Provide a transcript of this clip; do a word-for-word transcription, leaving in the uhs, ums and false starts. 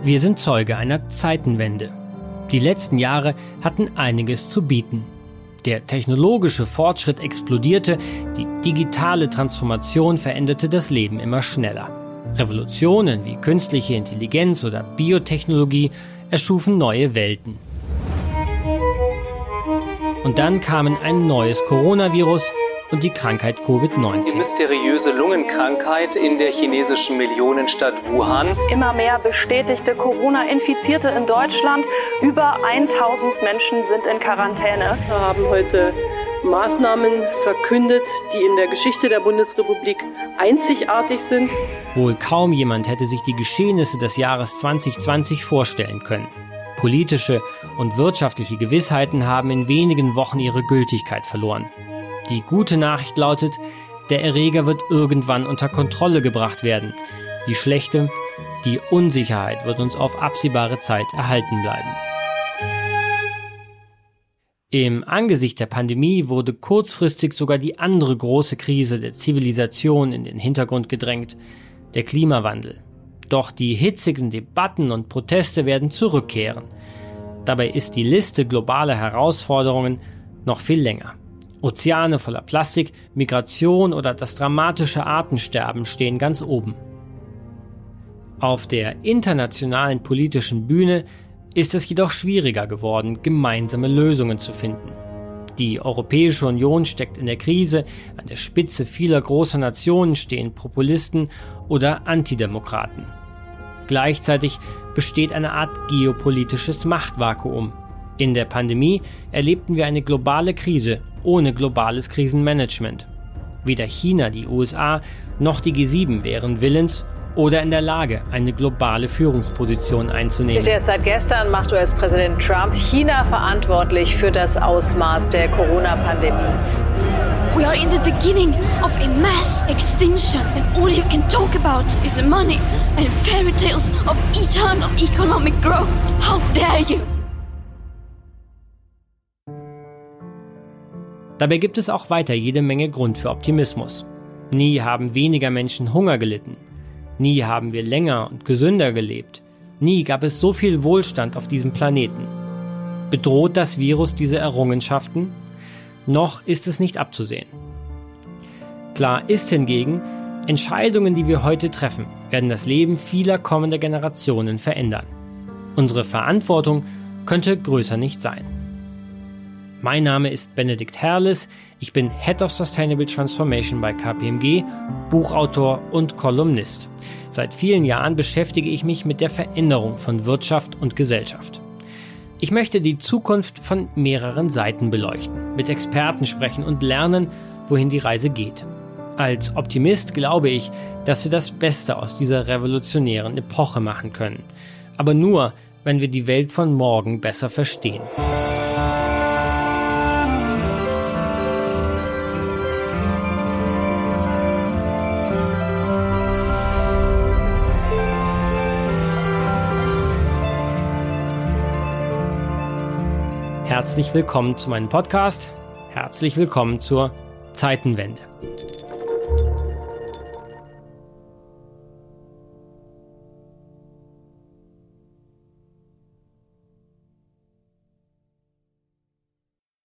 Wir sind Zeuge einer Zeitenwende. Die letzten Jahre hatten einiges zu bieten. Der technologische Fortschritt explodierte, die digitale Transformation veränderte das Leben immer schneller. Revolutionen wie künstliche Intelligenz oder Biotechnologie erschufen neue Welten. Und dann kamen ein neues Coronavirus und die Krankheit Covid neunzehn. Die mysteriöse Lungenkrankheit in der chinesischen Millionenstadt Wuhan. Immer mehr bestätigte Corona-Infizierte in Deutschland. Über tausend Menschen sind in Quarantäne. Wir haben heute Maßnahmen verkündet, die in der Geschichte der Bundesrepublik einzigartig sind. Wohl kaum jemand hätte sich die Geschehnisse des Jahres zwanzig zwanzig vorstellen können. Politische und wirtschaftliche Gewissheiten haben in wenigen Wochen ihre Gültigkeit verloren. Die gute Nachricht lautet, der Erreger wird irgendwann unter Kontrolle gebracht werden. Die schlechte, die Unsicherheit wird uns auf absehbare Zeit erhalten bleiben. Im Angesicht der Pandemie wurde kurzfristig sogar die andere große Krise der Zivilisation in den Hintergrund gedrängt, der Klimawandel. Doch die hitzigen Debatten und Proteste werden zurückkehren. Dabei ist die Liste globaler Herausforderungen noch viel länger. Ozeane voller Plastik, Migration oder das dramatische Artensterben stehen ganz oben. Auf der internationalen politischen Bühne ist es jedoch schwieriger geworden, gemeinsame Lösungen zu finden. Die Europäische Union steckt in der Krise, an der Spitze vieler großer Nationen stehen Populisten oder Antidemokraten. Gleichzeitig besteht eine Art geopolitisches Machtvakuum. In der Pandemie erlebten wir eine globale Krise ohne globales Krisenmanagement. Weder China, die U S A noch die G sieben wären willens oder in der Lage, eine globale Führungsposition einzunehmen. Erst seit gestern macht U S-Präsident Trump China verantwortlich für das Ausmaß der Corona-Pandemie. We are in the beginning of a mass extinction and all you can talk about is money and fairy tales of eternal economic growth. How dare you? Dabei gibt es auch weiter jede Menge Grund für Optimismus. Nie haben weniger Menschen Hunger gelitten. Nie haben wir länger und gesünder gelebt. Nie gab es so viel Wohlstand auf diesem Planeten. Bedroht das Virus diese Errungenschaften? Noch ist es nicht abzusehen. Klar ist hingegen, Entscheidungen, die wir heute treffen, werden das Leben vieler kommender Generationen verändern. Unsere Verantwortung könnte größer nicht sein. Mein Name ist Benedikt Herles, ich bin Head of Sustainable Transformation bei K P M G, Buchautor und Kolumnist. Seit vielen Jahren beschäftige ich mich mit der Veränderung von Wirtschaft und Gesellschaft. Ich möchte die Zukunft von mehreren Seiten beleuchten, mit Experten sprechen und lernen, wohin die Reise geht. Als Optimist glaube ich, dass wir das Beste aus dieser revolutionären Epoche machen können. Aber nur, wenn wir die Welt von morgen besser verstehen. Herzlich willkommen zu meinem Podcast. Herzlich willkommen zur Zeitenwende.